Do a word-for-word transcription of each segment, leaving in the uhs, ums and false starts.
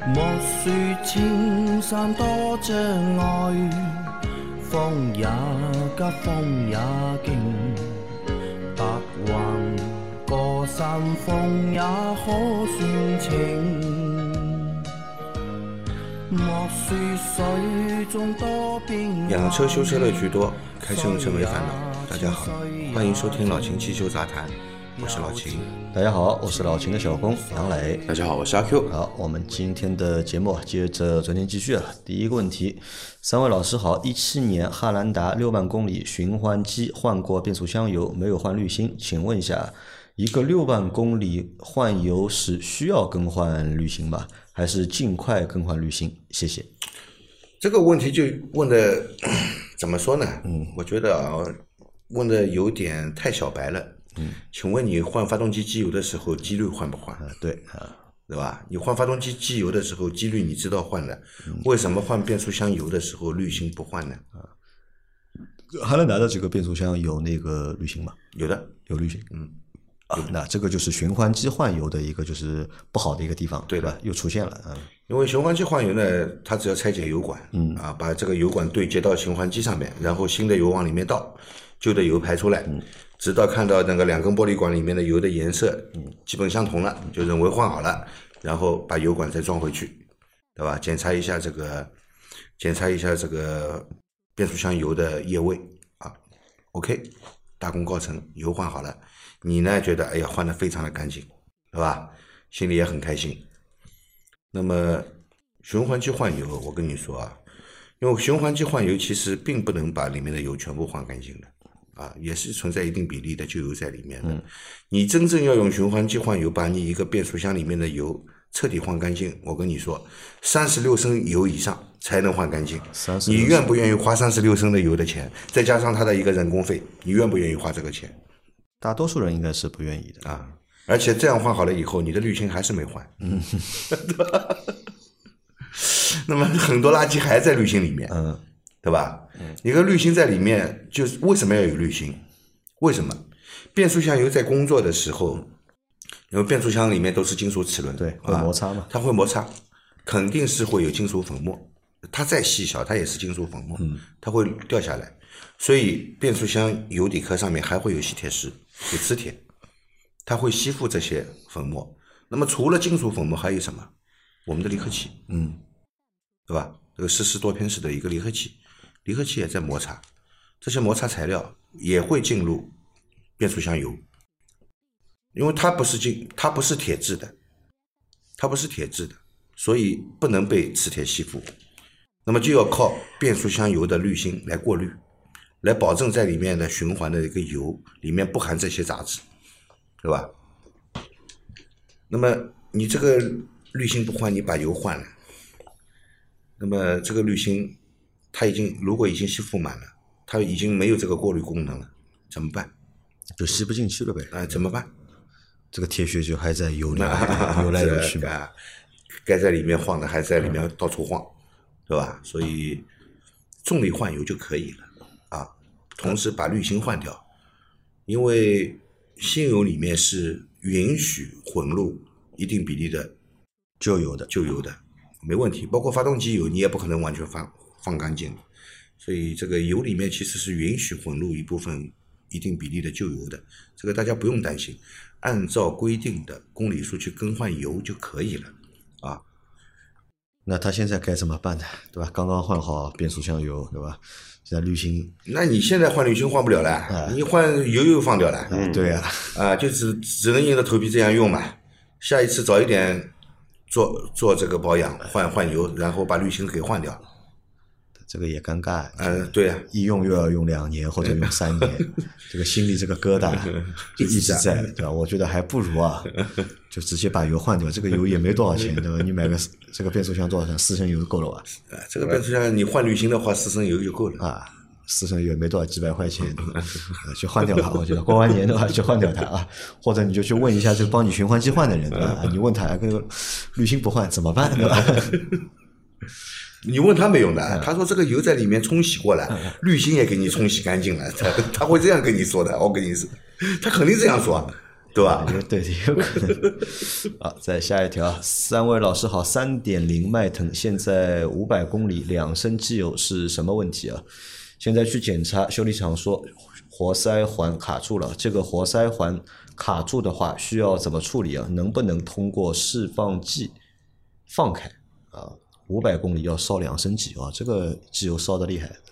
莫说青山多障碍，风也急风也劲，白云过山峰也可算情。莫说水中多变。 养车修车乐居多，开车用车没烦恼。大家好，欢迎收听老秦汽修杂谈，我是老秦。 大家好，我是老秦的小工杨磊。 大家好，我是阿 Q。 好，我们今天的节目接着昨天继续啊。第一个问题，三位老师好，一七年汉兰达六万公里循环机换过变速箱油，没有换滤芯，请问一下，一个六万公里换油是需要更换滤芯吗？还是尽快更换滤芯？谢谢。 这个问题就问的怎么说呢？嗯，我觉得啊，问的有点太小白了。嗯，请问你换发动机机油的时候，机滤换不换？ 啊，对啊， 对吧？你换发动机机油的时候，机滤你知道换的，嗯、为什么换变速箱油的时候滤芯不换呢？啊， 汉兰达的这个变速箱有那个滤芯吗？ 有的， 有滤芯。 嗯。 啊，那这个就是循环机换油的一个就是不好的一个地方， 对吧？又出现了，嗯， 因为循环机换油呢，它只要拆解油管，嗯啊，把这个油管对接到循环机上面，然后新的油往里面倒，旧的油排出来，嗯，直到看到那个两根玻璃管里面的油的颜色，嗯，基本相同了，就认为换好了，然后把油管再装回去，对吧？检查一下这个，检查一下这个变速箱油的液位啊 ，OK， 大功告成，油换好了。你呢觉得哎呀换得非常的干净，对吧？心里也很开心。那么循环机换油，我跟你说啊，因为循环机换油其实并不能把里面的油全部换干净的啊，也是存在一定比例的旧油在里面的。嗯、你真正要用循环机换油，把你一个变速箱里面的油彻底换干净，我跟你说，三十六升油以上才能换干净。你愿不愿意花三十六升的油的钱，再加上它的一个人工费，你愿不愿意花这个钱？ 大多数人应该是不愿意的啊，而且这样换好了以后，你的滤芯还是没换，嗯，那么很多垃圾还在滤芯里面，嗯，对吧？嗯，一个滤芯在里面，就是为什么要有滤芯？为什么？变速箱油在工作的时候，因为变速箱里面都是金属齿轮， 对，会摩擦嘛、啊， 它会摩擦，肯定是会有金属粉末，它再细小，它也是金属粉末，嗯，它会掉下来。所以变速箱油底壳上面还会有吸铁石，有磁铁，它会吸附这些粉末。那么除了金属粉末还有什么？我们的离合器，嗯，对吧？这个湿湿多片式的一个离合器，离合器也在摩擦，这些摩擦材料也会进入变速箱油，因为它不是进，它不是铁质的，它不是铁质的，所以不能被磁铁吸附。那么就要靠变速箱油的滤芯来过滤。来保证在里面的循环的一个油里面不含这些杂质，对吧？那么你这个滤芯不换，你把油换了，那么这个滤芯它已经如果已经吸附满了，它已经没有这个过滤功能了，怎么办？ 就吸不进去了呗。 啊、呃，怎么办？ 这个铁血就还在油里面游来游去嘛， 该在里面晃的还在里面到处晃，对吧？所以重力换油就可以了。同时把滤芯换掉，因为新油里面是允许混入一定比例的旧油的， 旧油的没问题。包括发动机油，你也不可能完全放放干净，所以这个油里面其实是允许混入一部分一定比例的旧油的，这个大家不用担心，按照规定的公里数去更换油就可以了啊。 那他现在该怎么办呢？对吧？刚刚换好变速箱油，对吧？现在滤芯， 那你现在换滤芯换不了了，啊、你换油又放掉了， 嗯，对呀、 啊，啊，就只只能硬着头皮这样用嘛。下一次早一点做做这个保养，换换油，然后把滤芯给换掉。 这个也尴尬， 嗯、呃，对呀、啊， 一用又要用两年或者用三年，这个心里这个疙瘩就一直在，对吧？我觉得还不如啊，就直接把油换掉，这个油也没多少钱，对吧？你买个这个变速箱多少钱？四升油够了吧？ 啊，这个变速箱你换滤芯的话，四升油就够了啊，四升油也没多少，几百块钱，去换掉它。我觉得过完年的话就换掉它啊，或者你就去问一下这个帮你循环机换的人，对吧？你问他这个滤芯不换怎么办，对吧？ 你问他没用的，他说这个油在里面冲洗过了，滤芯也给你冲洗干净了，他他会这样跟你说的，我跟你说，他肯定这样说。 对吧？ 对，有可能。好，再下一条，三位老师好， 三点零 迈腾现在五百公里两升机油是什么问题啊？现在去检查，修理厂说活塞环卡住了，这个活塞环卡住的话需要怎么处理啊？能不能通过释放剂放开啊？五百公里要烧两升机油啊，这个机油烧得厉害。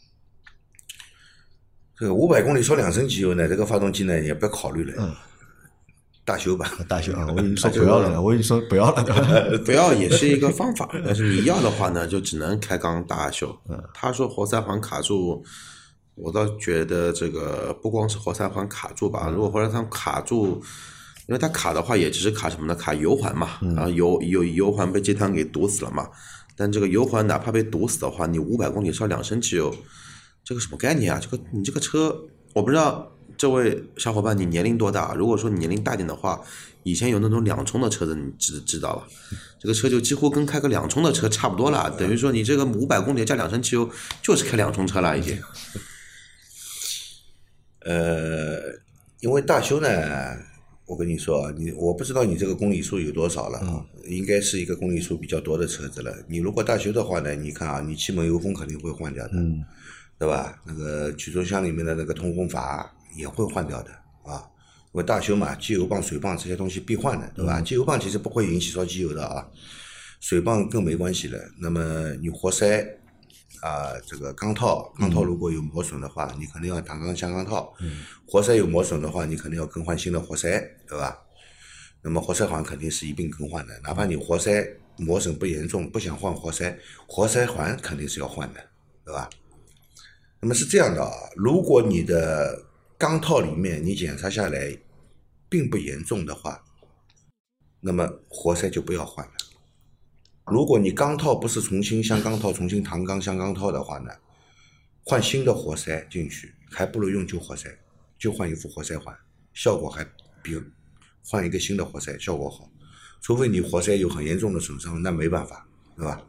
这个五百公里烧两升机油呢，这个发动机呢也不要考虑了。嗯，大修吧， 大修啊！我已经说不要了，我已经说不要了，对吧？ 不要也是一个方法，但是你要的话呢，就只能开缸大修。嗯，他说活塞环卡住，我倒觉得这个不光是活塞环卡住吧，如果活塞环卡住，因为它卡的话也只是卡什么呢？卡油环嘛，然后油油油环被积碳给堵死了嘛。但这个油环哪怕被堵死的话，你五百公里烧两升机油，这个什么概念啊？这个你这个车，我不知道。这位小伙伴，你年龄多大？如果说你年龄大点的话，以前有那种两冲的车子，你知知道了，这个车就几乎跟开个两冲的车差不多了，等于说你这个五百公里加两升汽油，就是开两冲车了已经。 呃，因为大修呢，我跟你说，你我不知道你这个公里数有多少了啊，嗯、应该是一个公里数比较多的车子了。你如果大修的话呢，你看啊，你气门油封肯定会换掉的，嗯、对吧？那个曲轴箱里面的那个通风阀也会换掉的啊，因为大修嘛，机油泵、水泵这些东西必换的，对吧？嗯、机油泵其实不会引起烧机油的啊，水泵更没关系了。那么你活塞啊、呃，这个钢套，钢套如果有磨损的话，嗯、你肯定要弹钢镶钢套；嗯、活塞有磨损的话，你肯定要更换新的活塞，对吧？那么活塞环肯定是一并更换的，哪怕你活塞磨损不严重，不想换活塞，活塞环肯定是要换的，对吧？那么是这样的啊，如果你的钢套里面你检查下来并不严重的话，那么活塞就不要换了。如果你钢套不是重新镶钢套、重新弹钢镶钢套的话呢，换新的活塞进去，还不如用旧活塞，就换一副活塞环，效果还比换一个新的活塞效果好。除非你活塞有很严重的损伤，那没办法，对吧？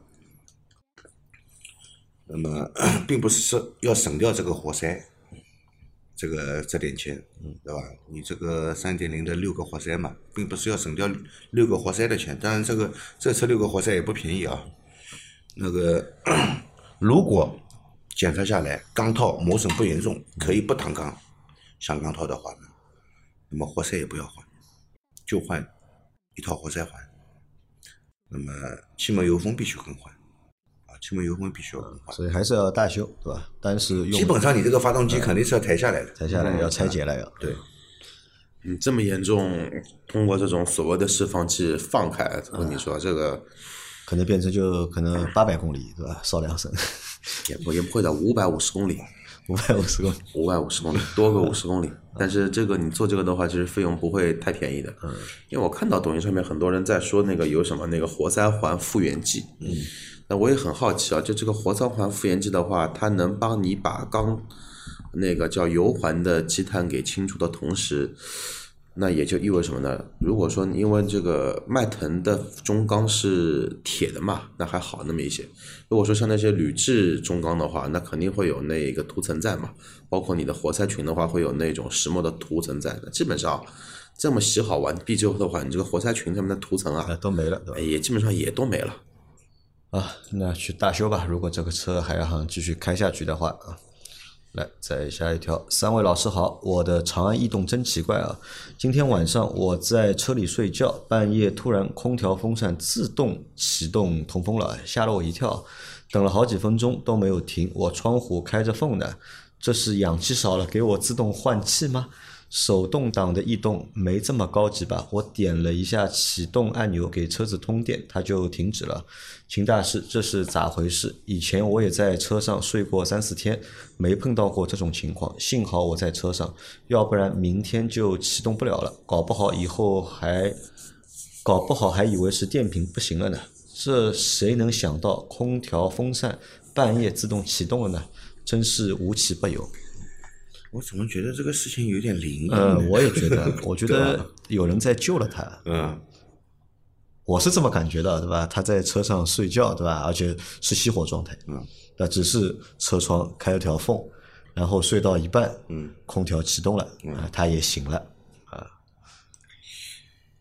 那么并不是说要省掉这个活塞，这个这点钱，对吧？你这个 三点零 的六个活塞嘛，并不是要省掉六个活塞的钱。当然这个这车六个活塞也不便宜啊。那个如果检查下来钢套磨损不严重，可以不弹钢镶钢套的话呢，那么活塞也不要换，就换一套活塞环。那么气门油封必须更换。气门油封必须要更换， 所以还是要大修，对吧？但是用基本上你这个发动机肯定是要抬下来的， 抬下来要拆解了要。 对， 嗯，这么严重，通过这种所谓的释放器放开，我跟你说，这个可能变成就可能八百公里，对吧？烧两升， 也不也不会的，五百五十公里， 五百五十公里， 五百五十公里，多个五十公里。但是这个你做这个的话，其实费用不会太便宜的。嗯，因为我看到抖音上面很多人在说那个有什么那个活塞环复原剂，嗯。那我也很好奇啊，就这个活塞环复原剂的话，它能帮你把钢那个叫油环的积碳给清除的同时，那也就意味着什么呢？如果说因为这个迈腾的中钢是铁的嘛，那还好那么一些。如果说像那些铝制中钢的话，那肯定会有那个涂层在嘛，包括你的活塞群的话，会有那种石墨的涂层在的。基本上这么洗好完毕之后的话，你这个活塞群上面的涂层啊， 都没了，对吧？ 也基本上也都没了。 啊，那去大修吧。如果这个车还要继续开下去的话啊，来再下一条。三位老师好，我的长安逸动真奇怪啊！今天晚上我在车里睡觉，半夜突然空调风扇自动启动通风了，吓了我一跳。等了好几分钟都没有停，我窗户开着缝呢，这是氧气少了给我自动换气吗？手动挡的逸动没这么高级吧？我点了一下启动按钮给车子通电，它就停止了。秦大师，这是咋回事？以前我也在车上睡过三四天，没碰到过这种情况，幸好我在车上，要不然明天就启动不了了，搞不好以后还搞不好还以为是电瓶不行了呢。这谁能想到空调风扇半夜自动启动了呢？真是无奇不有。 我怎么觉得这个事情有点灵异？ 嗯，我也觉得，我觉得有人在救了他。 嗯， 我是这么感觉的，对吧？他在车上睡觉，对吧？而且是熄火状态。嗯，那只是车窗开了条缝，然后睡到一半，嗯，空调启动了，嗯、啊，他也醒了，啊，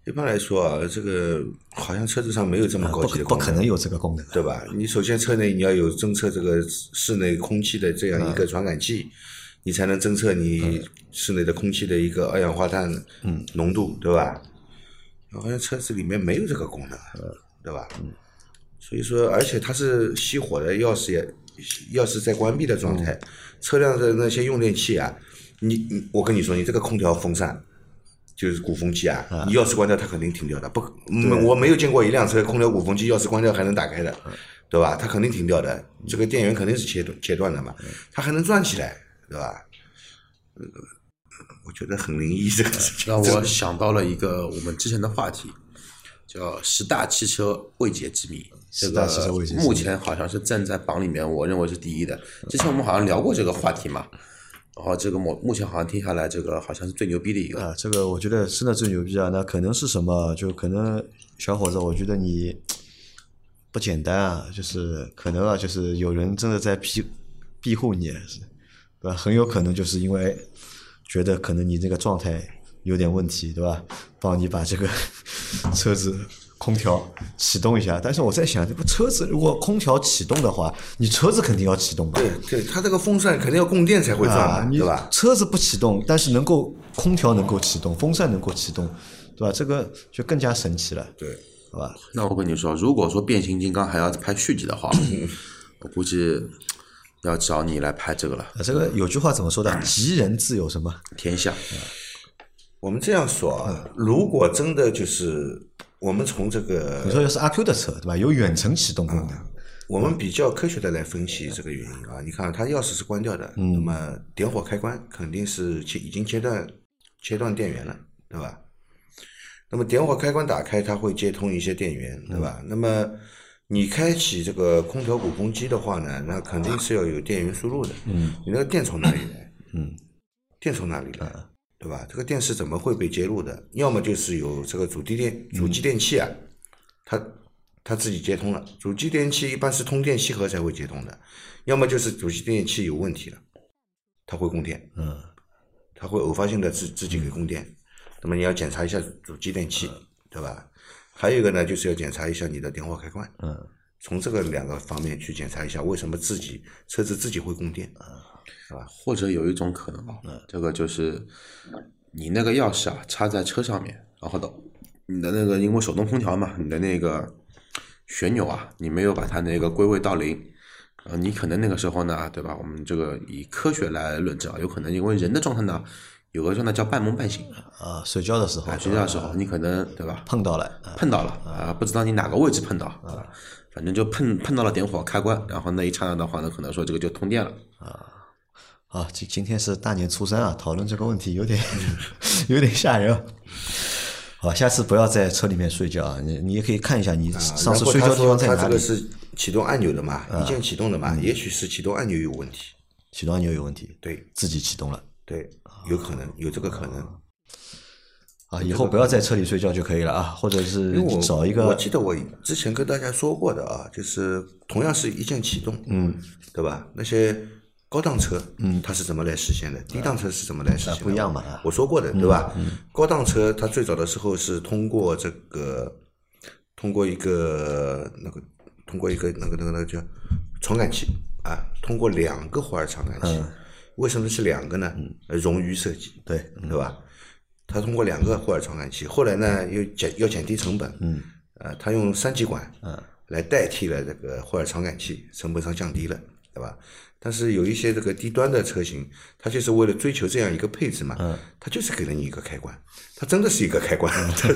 一般来说啊，这个好像车子上没有这么高级的不功能， 不可能有这个功能， 对吧？你首先车内你要有侦测这个室内空气的这样一个传感器，嗯、你才能侦测你室内的空气的一个二氧化碳浓度，嗯、对吧？好像车子里面没有这个功能，嗯、对吧？嗯、所以说，而且它是熄火的，钥匙也钥匙在关闭的状态，嗯、车辆的那些用电器啊，你你我跟你说，你这个空调风扇。就是鼓风机啊，啊你钥匙关掉，它肯定停掉的。不，我没有见过一辆车空调鼓风机钥匙关掉还能打开的，对吧？它肯定停掉的。这个电源肯定是切断切断的嘛，它还能转起来，对吧？呃，我觉得很灵异这个事情。 让我想到了一个我们之前的话题，叫十大汽车未解之谜。这个目前好像是站在榜里面，我认为是第一的。之前我们好像聊过这个话题嘛。然后这个目目前好像听下来，这个好像是最牛逼的一个啊，这个我觉得真的最牛逼啊！那可能是什么？就可能小伙子，我觉得你不简单啊，就是可能啊，就是有人真的在庇庇护你，是对吧？很有可能就是因为觉得可能你这个状态有点问题，对吧？帮你把这个车子空调启动一下，但是我在想，这个车子如果空调启动的话，你车子肯定要启动吧？ 对对，它这个风扇肯定要供电才会转嘛， 啊、 对吧？ 车子不启动，但是能够空调能够启动，风扇能够启动，对吧？这个就更加神奇了， 对， 好吧？ 那我跟你说，如果说变形金刚还要拍续集的话，我估计要找你来拍这个了。 啊、这个有句话怎么说的？吉人自有什么天下。 我们这样说啊，如果真的就是我们从这个， 你说要是阿 Q 的车，对吧？有远程启动功能、嗯， 我们比较科学的来分析这个原因啊。你看，它钥匙是关掉的，嗯、那么点火开关肯定是切已经切断切断电源了，对吧？那么点火开关打开，它会接通一些电源，对吧？嗯、那么你开启这个空调鼓风机的话呢，那肯定是要有电源输入的。嗯，你那个电从哪里来？嗯，电从哪里来？嗯对吧？这个电是怎么会被接入的？要么就是有这个主机电主机电器啊，它它自己接通了。主机电器一般是通电锡盒才会接通的，要么就是主机电器有问题了，它会供电，嗯，它会偶发性的自自己给供电。那么你要检查一下主机电器，对吧？还有一个呢，就是要检查一下你的点火开关，嗯，从这个两个方面去检查一下为什么自己车子自己会供电，是吧？ 或者有一种可能啊，这个就是你那个钥匙啊插在车上面，然后的你的那个因为手动空调嘛，你的那个旋钮啊，你没有把它那个归位到零，呃，你可能那个时候呢，对吧？我们这个以科学来论证啊，有可能因为人的状态呢，有个状态叫半梦半醒啊，睡觉的时候， 啊、睡觉的时候你可能对吧碰到了， 碰到了啊，不知道你哪个位置碰到啊，反正就碰碰到了点火开关，然后那一刹那的话呢，可能说这个就通电了啊。 啊，今今天是大年初三啊，讨论这个问题有点有点吓人。好，下次不要在车里面睡觉啊！你你也可以看一下你上次睡觉的地方在哪里。 它这个是启动按钮的嘛，一键启动的嘛，也许是启动按钮有问题。 启动按钮有问题， 对， 自己启动了， 对，有可能有这个可能。 啊，以后不要在车里睡觉就可以了啊，或者是找一个。 我记得我之前跟大家说过的啊，就是同样是一键启动，嗯，对吧？那些高档车，嗯，它是怎么来实现的？低档车是怎么来实现的？ 不一样嘛， 我说过的，对吧？嗯，高档车它最早的时候是通过这个，通过一个那个，通过一个那个那个那个叫传感器啊，通过两个霍尔传感器。为什么是两个呢？冗余设计， 对对吧？它通过两个霍尔传感器，后来呢又减要减低成本，嗯，呃，它用三极管，嗯，来代替了这个霍尔传感器，成本上降低了，对吧？但是有一些这个低端的车型，它就是为了追求这样一个配置嘛，嗯，它就是给了你一个开关，它真的是一个开关，嗯、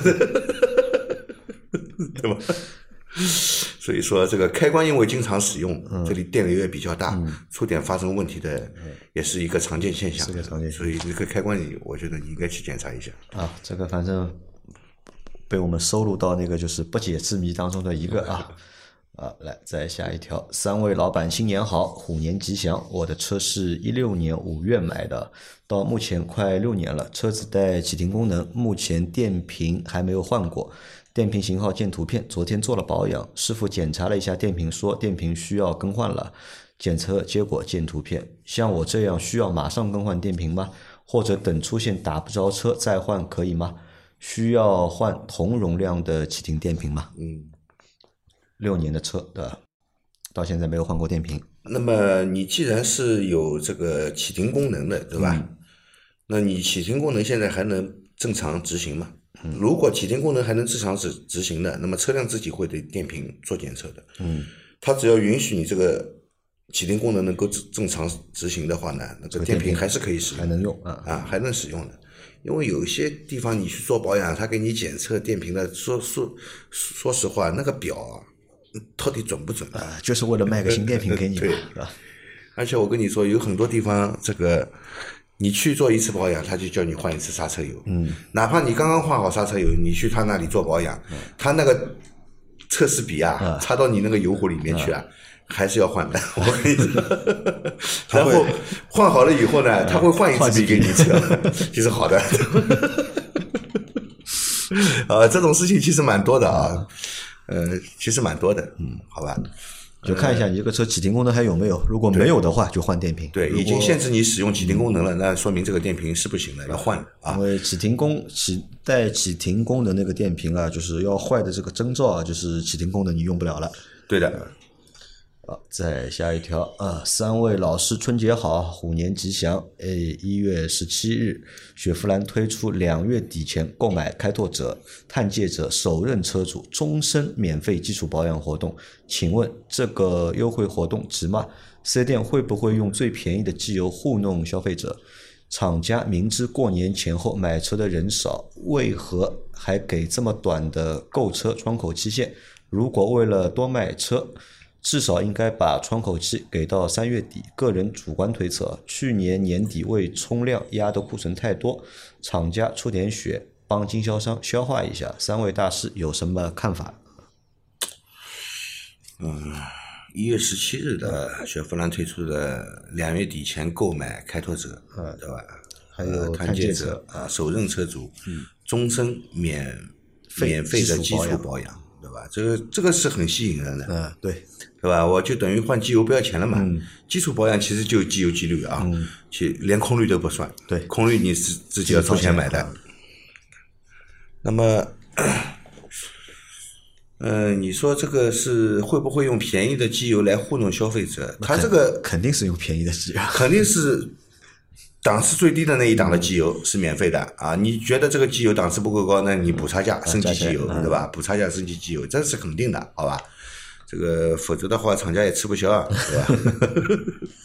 对吧？所以说这个开关因为经常使用，嗯、这里电流也比较大，嗯、触点发生问题的也是一个常见现象， 是个常见现象。 所以这个开关你，我觉得你应该去检查一下。 啊，这个反正被我们收录到那个就是不解之谜当中的一个啊。啊，来再下一条，三位老板新年好，虎年吉祥。我的车是一六年五月买的，到目前快六年了，车子带启停功能，目前电瓶还没有换过，电瓶型号见图片，昨天做了保养，师傅检查了一下电瓶，说电瓶需要更换了，检测结果见图片。像我这样需要马上更换电瓶吗？或者等出现打不着车再换可以吗？ 需要换同容量的启停电瓶吗？ 嗯， 六年的车，对吧？到现在没有换过电瓶。 那么你既然是有这个启停功能的，对吧？嗯、那你启停功能现在还能正常执行吗？嗯、如果启停功能还能正常执执行的，那么车辆自己会对电瓶做检测的。嗯，它只要允许你这个启停功能能够正常执行的话呢，那个电瓶还是可以使用， 还能用啊啊，还能使用的。因为有一些地方你去做保养，他给你检测电瓶的，说说说实话，那个表啊，到底准不准啊？就是为了卖个新电瓶给你嘛， 对吧？ 而且我跟你说，有很多地方这个你去做一次保养，他就叫你换一次刹车油。嗯，哪怕你刚刚换好刹车油，你去他那里做保养，嗯、他那个测试笔啊，嗯、插到你那个油壶里面去啊。嗯还是要换的，我跟你说。然后换好了以后呢，他会换一支笔给你测，就是好的。啊，这种事情其实蛮多的啊，呃，其实蛮多的，嗯，好吧。 就看一下你这个车启停功能还有没有，如果没有的话就换电瓶。 对，已经限制你使用启停功能了，那说明这个电瓶是不行的，要换的啊。 因为启停功启带启停功能那个电瓶啊，就是要坏的这个征兆啊，就是启停功能你用不了了。 对的。 好，再下一条啊！三位老师春节好，虎年吉祥！哎，一月十七日，雪佛兰推出两月底前购买开拓者、探界者首任车主终身免费基础保养活动，请问这个优惠活动值吗？四 S 店会不会用最便宜的机油糊弄消费者？厂家明知过年前后买车的人少，为何还给这么短的购车窗口期限？如果为了多卖车，至少应该把窗口期给到三月底。个人主观推测，去年年底为冲量压的库存太多，厂家出点血帮经销商消化一下。三位大师有什么看法？ 嗯，一月十七日的雪佛兰推出的两月底前购买开拓者，嗯，对吧？ 还有探界者啊，首任车主，嗯，终身免免费的基础保养。对吧？这个这个是很吸引人的， 嗯，对， 对吧？我就等于换机油不要钱了嘛。嗯、基础保养其实就机油机滤啊，嗯、其连空滤都不算。 对， 空滤你是自己要出钱买的。嗯、那么，嗯、呃，你说这个是会不会用便宜的机油来糊弄消费者？他这个肯定是用便宜的机油， 肯定是。档次最低的那一档的机油是免费的啊！你觉得这个机油档次不够高，那你补差价升级机油，对吧？补差价升级机油，这是肯定的，好吧？这个否则的话，厂家也吃不消啊，对吧？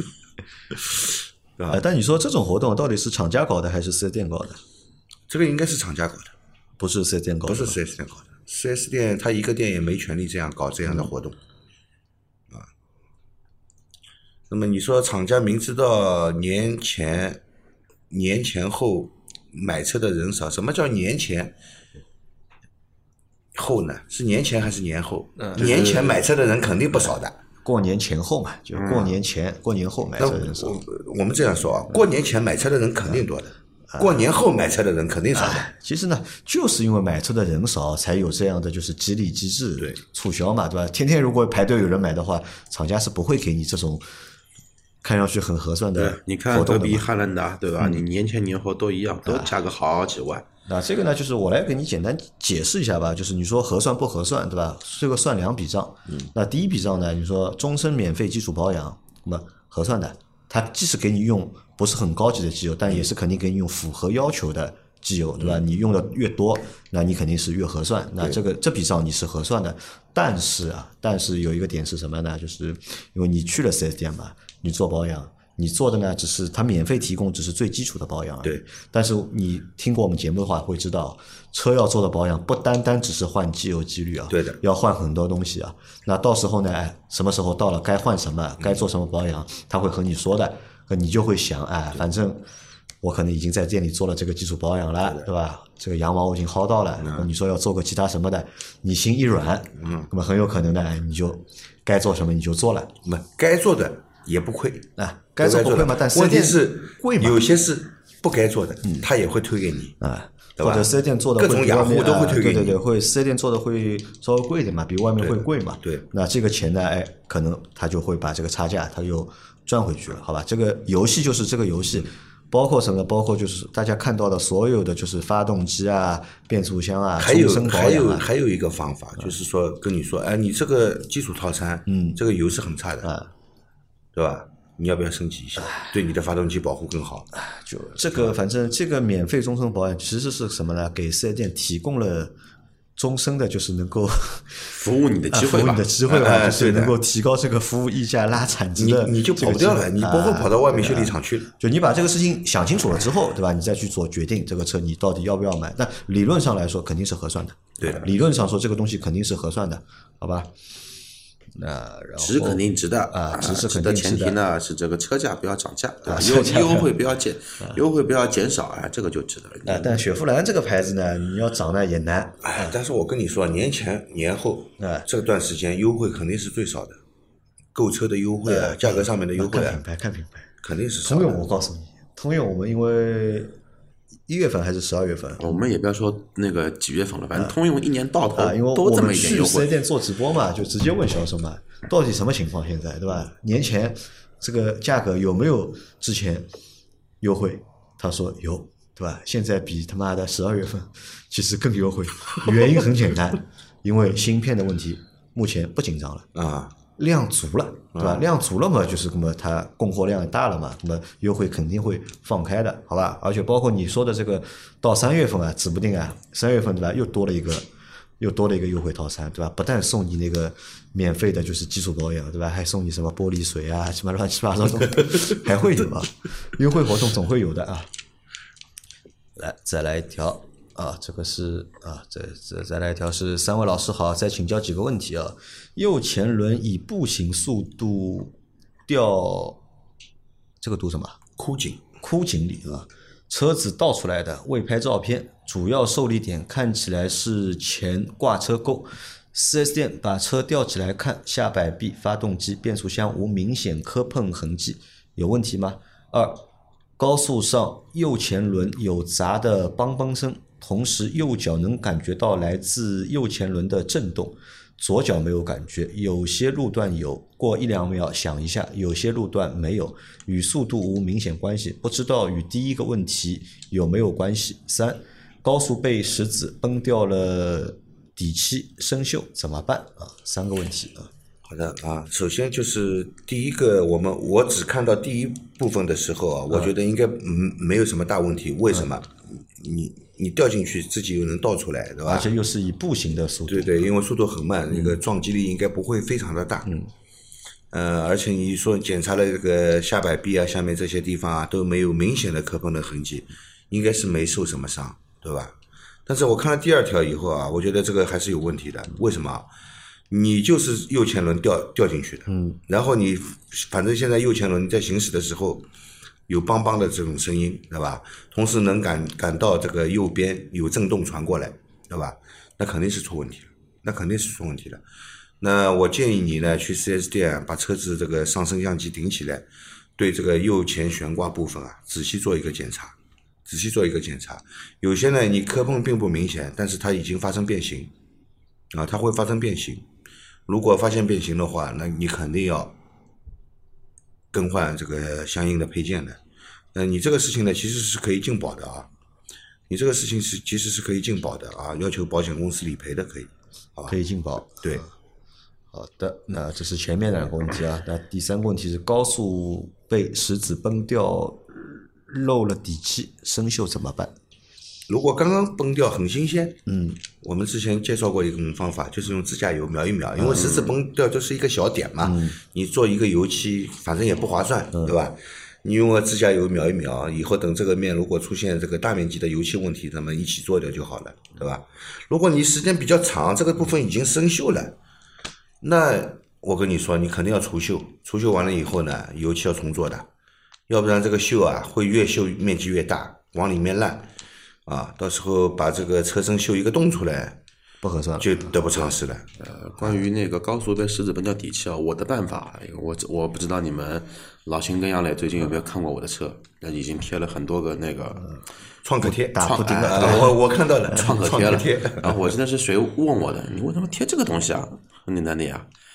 对吧？但你说这种活动到底是厂家搞的还是四 S 店搞的？ 这个应该是厂家搞的， 不是四 S 店搞的， 不是四 S 店搞的。四 S 店他一个店也没权利这样搞这样的活动。啊，那么你说厂家明知道年前。年前后买车的人少，什么叫年前后呢？是年前还是年后？嗯、年前买车的人肯定不少的。 过年前后嘛，就过年前、嗯、过年后买车的人少。 我, 我们这样说啊，过年前买车的人肯定多的，嗯、过年后买车的人肯定少的、 啊。其实呢，就是因为买车的人少，才有这样的就是激励机制， 对促销嘛，对吧？天天如果排队有人买的话，厂家是不会给你这种。看上去很合算的， 你看德比、汉兰达，对吧？嗯、你年前年后都一样，都加个好几万。 那这个呢，就是我来给你简单解释一下吧。就是你说合算不合算，对吧？这个算两笔账。嗯、那第一笔账呢，你说终身免费基础保养，那么合算的，它既是给你用不是很高级的机油，但也是肯定给你用符合要求的机油，对吧？嗯、你用的越多，那你肯定是越合算。那这个这笔账你是合算的，但是啊，但是有一个点是什么呢？就是因为你去了四 S 店嘛。你做保养，你做的呢只是他免费提供，只是最基础的保养而已。 对。 但是你听过我们节目的话，会知道车要做的保养不单单只是换机油机滤啊， 对的， 要换很多东西啊。那到时候呢，哎，什么时候到了该换什么，该做什么保养，他会和你说的，你就会想，哎，反正我可能已经在店里做了这个基础保养了， 对, 对吧？这个羊毛我已经薅到了，嗯、你说要做个其他什么的，你心一软，嗯，那么很有可能呢，你就该做什么你就做了， 那么该做的。也不亏啊，该做不亏嘛，但是问题是贵嘛，有些是不该做的，嗯、他也会推给你啊，或者四 S 店做的各种雅虎都会推给你， 对对对，会四 S 店做的会稍微贵一点嘛，比外面会贵嘛， 对， 那这个钱呢，哎，可能他就会把这个差价他又赚回去了，好吧？这个游戏就是这个游戏， 包括什么？包括就是大家看到的所有的就是发动机啊、变速箱啊、 还有终身保还有养啊。 还有一个方法，就是说跟你说，哎，你这个基础套餐， 嗯这个油是很差的， 啊对吧？你要不要升级一下，对你的发动机保护更好？ 就这个，反正这个免费终身保养其实是什么呢？给四 S 店提供了终身的，就是能够服务你的机会吧服务你的，机会吧， 哎就是对的能够提高这个服务溢价、拉产值的你你就这个跑掉了， 机会你不会跑到外面修理啊厂去了。 就你把这个事情想清楚了之后，对吧？你再去做决定，这个车你到底要不要买？那理论上来说肯定是合算的， 对的理论上说这个东西肯定是合算的，好吧？那然后值肯定值的啊值是肯的定值的前提呢是这个车价不要涨价，对吧？ 啊车价优优惠不要减，优惠不要减少，哎，这个就值得了。 啊，但雪佛兰这个牌子呢，你要涨呢也难， 哎，但是我跟你说，年前年后， 哎这段时间优惠肯定是最少的，购车的优惠啊，价格上面的优惠啊看品，牌看品牌。 肯定是少通用的。 我告诉你，通用我们因为一月份还是十二月份我们也不要说那个几月份了，反正通用一年到头啊，因为都这么我们去一点优惠。 四 S 店做直播嘛，就直接问销售嘛，到底什么情况现在对吧？年前这个价格有没有之前优惠？他说有，对吧？现在比他妈的十二月份其实更优惠，原因很简单，因为芯片的问题目前不紧张了。 啊， 量足了，对吧？量足了嘛，就是那么它供货量大了嘛，那么优惠肯定会放开的，好吧？而且包括你说的这个到三月份啊，指不定啊，三月份对吧？又多了一个又多了一个优惠套餐，对吧？不但送你那个免费的，就是基础保养，对吧？还送你什么玻璃水啊，什么乱七八糟的，还会有啊，优惠活动总会有的啊。来，再来一条。啊，这个是啊，再再再来一条是三位老师好，再请教几个问题啊。右前轮以步行速度掉，这个读什么？ 枯井枯井里啊，车子倒出来的，未拍照片，主要受力点看起来是前挂车钩。四 S 店把车吊起来看，下摆臂、发动机、变速箱无明显磕碰痕迹，有问题吗？二，高速上右前轮有杂的梆梆声，同时右脚能感觉到来自右前轮的震动，左脚没有感觉，有些路段有，过一两秒响一下，有些路段没有，与速度无明显关系，不知道与第一个问题有没有关系。三，高速被石子崩掉了底漆生锈怎么办啊？三个问题啊。 好的啊，首先就是第一个，我们我只看到第一部分的时候啊，我觉得应该嗯没有什么大问题。为什么？你你掉进去自己又能倒出来，对吧？ 而且又是以步行的速度。 对对，因为速度很慢，那个撞击力应该不会非常的大。嗯。呃，而且你说检查了这个下摆臂啊，下面这些地方啊都没有明显的磕碰的痕迹，应该是没受什么伤，对吧？但是我看了第二条以后啊，我觉得这个还是有问题的。为什么？你就是右前轮掉掉进去的，嗯，然后你反正现在右前轮在行驶的时候有梆梆的这种声音，对吧？同时能感感到这个右边有震动传过来，对吧？那肯定是出问题了，那肯定是出问题了。那我建议你呢，去 四 S 店把车子这个上升降机顶起来，对这个右前悬挂部分啊仔细做一个检查，仔细做一个检查。有些呢你磕碰并不明显，但是它已经发生变形啊，它会发生变形。如果发现变形的话，那你肯定要更换这个相应的配件的。那你这个事情呢，其实是可以进保的啊。你这个事情是其实是可以进保的啊，要求保险公司理赔的可以，好吧？ 可以进保。 对。 好的，那这是前面两个问题啊。那第三个问题是高速被石子崩掉，漏了底漆生锈怎么办？ 如果刚刚崩掉很新鲜， 嗯， 我们之前介绍过一种方法，就是用指甲油描一描，因为石子崩掉就是一个小点嘛，嗯、你做一个油漆，反正也不划算，嗯、对吧？你用个指甲油描一描，以后等这个面如果出现这个大面积的油漆问题，咱们一起做掉就好了，对吧？如果你时间比较长，这个部分已经生锈了，那我跟你说，你肯定要除锈，除锈完了以后呢，油漆要重做的，要不然这个锈啊会越锈面积越大，往里面烂。啊，到时候把这个车身修一个洞出来， 不合算， 就得不偿失了。 呃，关于那个高速被石子崩掉底漆啊，我的办法，我我不知道你们老秦跟杨磊最近有没有看过我的车？那已经贴了很多个那个创可贴， 打补丁了。 啊、我我看到了， 创可贴了。然后我真的是谁问我的？你为什么贴这个东西啊？很简单的呀，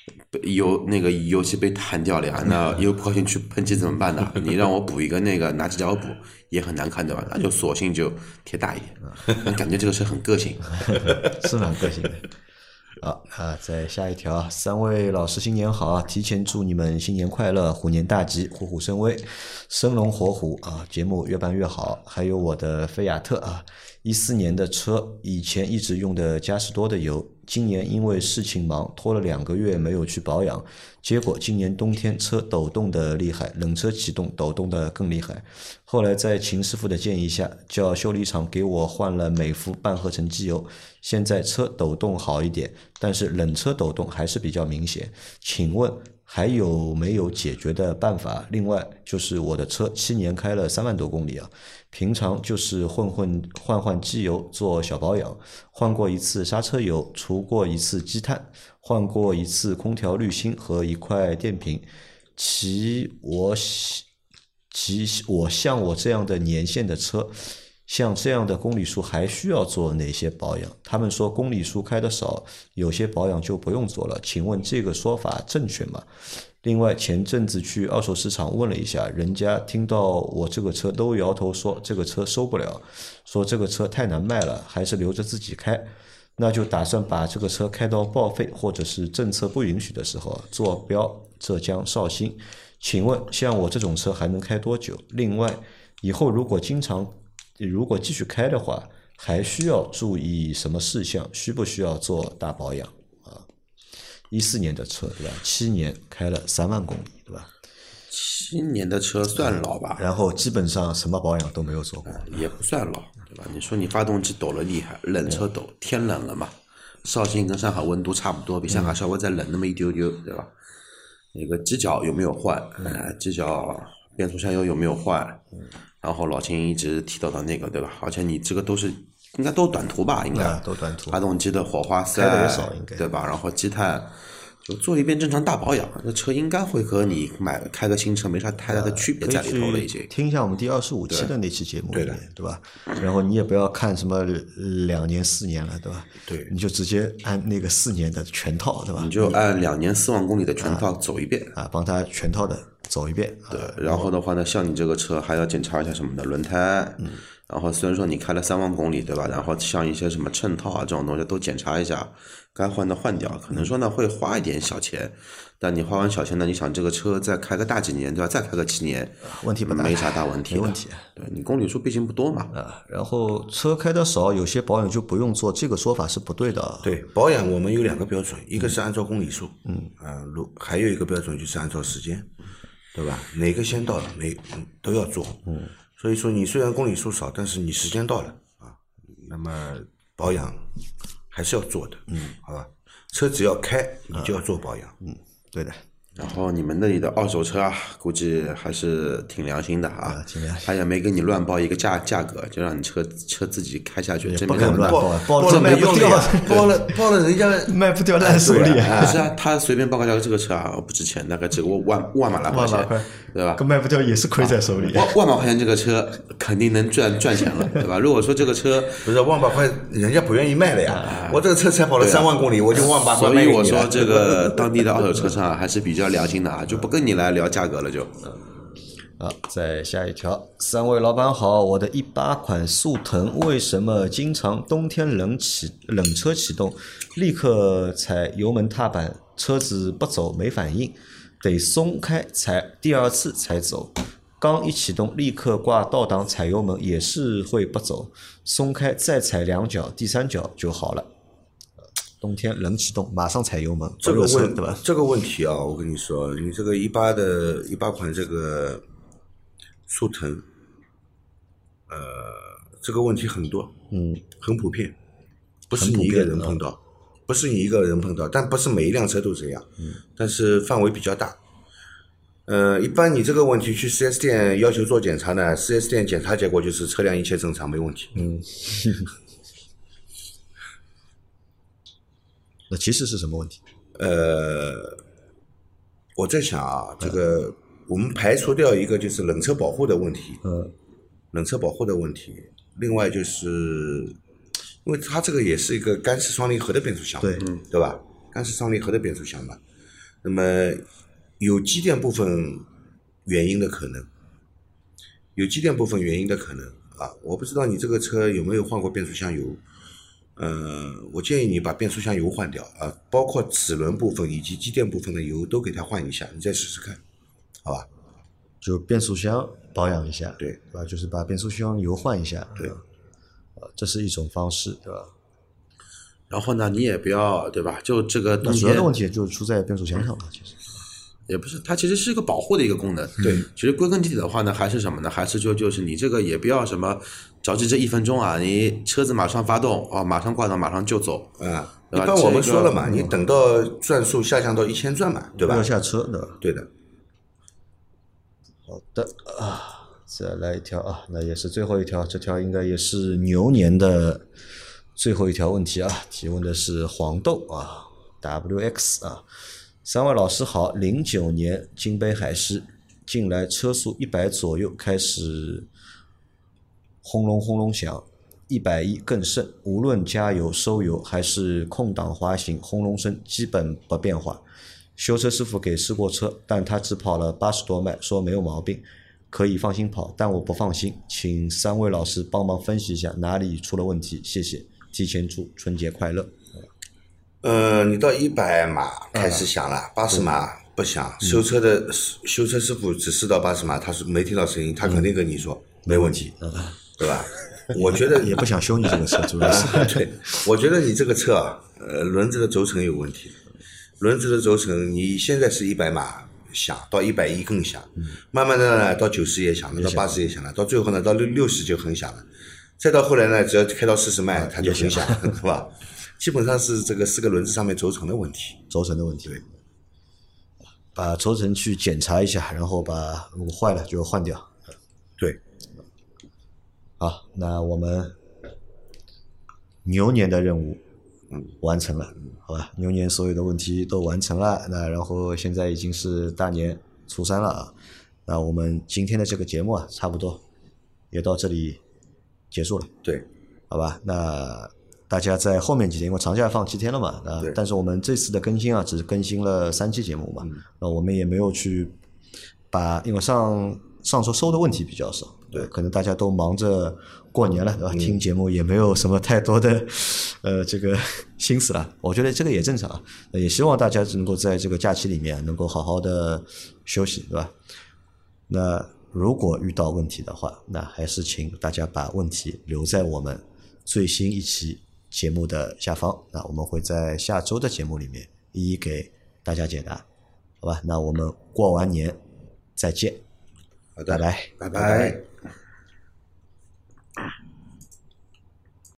油那个油漆被弹掉了呀，那又不高兴去喷漆怎么办呢？你让我补一个那个拿指甲油补也很难看对吧？那就索性就贴大一点，感觉这个车很个性， 是蛮个性的。好啊，再下一条，三位老师新年好啊！提前祝你们新年快乐，虎年大吉，虎虎生威，生龙活虎啊！节目越办越好。还有我的菲亚特啊，一四年的车，以前一直用的嘉实多的油，今年因为事情忙，拖了两个月没有去保养，结果今年冬天车抖动的厉害，冷车启动抖动的更厉害。后来在秦师傅的建议下，叫修理厂给我换了美孚半合成机油，现在车抖动好一点，但是冷车抖动还是比较明显。请问还有没有解决的办法？另外就是我的车七年开了三万多公里啊，平常就是混混换换机油做小保养，换过一次刹车油，除过一次积碳，换过一次空调滤芯和一块电瓶。其我其我像我这样的年限的车，像这样的公里数还需要做哪些保养？他们说公里数开得少，有些保养就不用做了，请问这个说法正确吗？另外前阵子去二手市场问了一下，人家听到我这个车都摇头说这个车收不了，说这个车太难卖了，还是留着自己开。那就打算把这个车开到报废或者是政策不允许的时候坐标浙江绍兴。请问像我这种车还能开多久？另外以后如果经常如果继续开的话，还需要注意什么事项？需不需要做大保养啊？一四年的车对吧？七年开了三万公里对吧？ 七年的车算老吧？ 然后基本上什么保养都没有做过， 也不算老对吧？你说你发动机抖了厉害，冷车抖，天冷了嘛？绍兴跟上海温度差不多，比上海稍微再冷那么一丢丢对吧？那个机脚有没有换？呃，机脚变速箱油有没有换？然后老秦一直提到的那个对吧？而且你这个都是应该都短途吧？应该、 啊、都短途。 发动机的火花塞开的也少应该对吧？然后积碳就做一遍正常大保养，这车应该会和你买开个新车没啥太大的区别在里头了已经。 听一下我们第二十五期的那期节目， 对的， 对吧？然后你也不要看什么两年四年了，对吧？ 对， 你就直接按那个四年的全套，对吧？ 你就按两年四万公里的全套走一遍啊，帮他全套的走一遍。 对，然后的话呢，像你这个车还要检查一下什么的轮胎，嗯，然后虽然说你开了三万公里，对吧？然后像一些什么衬套啊这种东西都检查一下，该换的换掉，可能说呢会花一点小钱，但你花完小钱呢，你想这个车再开个大几年，对吧？再开个七年， 问题不大， 没啥大问题， 没问题。 对你公里数毕竟不多嘛。 啊，然后车开的少，有些保养就不用做，这个说法是不对的。 对，保养我们有两个标准，一个是按照公里数，嗯，啊，如还有一个标准就是按照时间，对吧？哪个先到了，哪都要做。嗯，所以说你虽然公里数少，但是你时间到了啊，那么保养还是要做的，嗯，好吧？车只要开，你就要做保养， 嗯，对的。 然后你们那里的二手车啊，估计还是挺良心的啊， 挺良心。 他也没给你乱报一个价价格，就让你车车自己开下去， 不敢乱报， 报了卖不掉，报了报了人家卖不掉烂手里。 不是啊，他随便报个价格，这个车啊不值钱，大概值个万万把来块钱，对吧？ 卖不掉也是亏在手里。 万万把块钱这个车肯定能赚赚钱了，对吧？如果说这个车不是万把块，人家不愿意卖了呀。我这个车才跑了三万公里，我就万把块卖给你了。 所以我说这个当地的二手车商还是比较良心的啊，就不跟你来聊价格了就。 好，再下一条，三位老板好，我的一八款速腾为什么经常冬天冷启冷车启动，立刻踩油门踏板，车子不走没反应，得松开踩第二次才走，刚一启动立刻挂倒档踩油门也是会不走，松开再踩两脚，第三脚就好了。冬天冷启动，马上踩油门， 这个问对吧？ 这个问题啊，我跟你说，你这个一八的一八款这个速腾，呃，这个问题很多， 嗯， 很普遍，不是你一个人碰到，不是你一个人碰到，但不是每一辆车都这样，嗯，但是范围比较大。呃，一般你这个问题去 四 S 店要求做检查呢， 四 S 店检查结果就是车辆一切正常，没问题。 嗯。那其实是什么问题？ 呃，我在想啊，这个我们排除掉一个就是冷车保护的问题， 嗯， 冷车保护的问题，另外就是因为它这个也是一个干式双离合的变速箱， 对， 对吧？干式双离合的变速箱嘛， 那么有机电部分原因的可能，有机电部分原因的可能啊，我不知道你这个车有没有换过变速箱油。呃，我建议你把变速箱油换掉啊，包括齿轮部分以及机电部分的油都给它换一下，你再试试看，好吧？ 就变速箱保养一下， 对， 对吧？就是把变速箱油换一下， 对， 呃，这是一种方式，对吧？ 然后呢，你也不要对吧？就这个冬天主要的问题就出在变速箱上了，其实。 也不是，它其实是一个保护的一个功能。 对， 其实归根结底的话呢，还是什么呢？还是就就是你这个也不要什么着急这一分钟啊，你车子马上发动啊，马上挂档，马上就走。 啊，一般我们说了嘛，你等到转速下降到一千转嘛，对吧？ 不要下车，对吧？ 对的。 好的啊，再来一条啊，那也是最后一条，这条应该也是牛年的最后一条问题啊，提问的是黄豆啊 ，W X 啊。三位老师好，零九年金杯海狮进来车速一百左右开始轰隆轰隆响，一百一更甚，无论加油收油还是空档滑行，轰隆声基本不变化。修车师傅给试过车，但他只跑了八十多迈，说没有毛病，可以放心跑，但我不放心，请三位老师帮忙分析一下哪里出了问题，谢谢，提前祝春节快乐。 呃，你到一百码开始响了，八十码不响。修车的修车师傅只试到八十码，他是没听到声音，他肯定跟你说没问题，对吧？我觉得也不想修你这个车，主要是对，我觉得你这个车啊，呃，轮子的轴承有问题。轮子的轴承，你现在是一百码响，到一百一更响，慢慢的呢，到九十也响了，到八十也响了，到最后呢，到六六十就很响了，再到后来呢，只要开到四十迈，它就很响，是吧？基本上是这个四个轮子上面轴承的问题， 轴承的问题。 对， 把轴承去检查一下，然后把如果坏了就换掉。 对。 好，那我们牛年的任务完成了，好吧？牛年所有的问题都完成了，那然后现在已经是大年初三了啊，那我们今天的这个节目啊，差不多也到这里结束了。 对， 好吧？那大家在后面几天，因为长假放七天了嘛，啊，但是我们这次的更新啊，只更新了三期节目嘛，那、嗯、我们也没有去把，因为上上周收的问题比较少， 对， 可能大家都忙着过年了，对吧？嗯、听节目也没有什么太多的呃这个心思了，我觉得这个也正常，也希望大家能够在这个假期里面能够好好的休息，对吧？那如果遇到问题的话，那还是请大家把问题留在我们最新一期节目的下方，那我们会在下周的节目里面一一给大家解答，好吧？那我们过完年再见， 好的， 拜拜， 拜拜。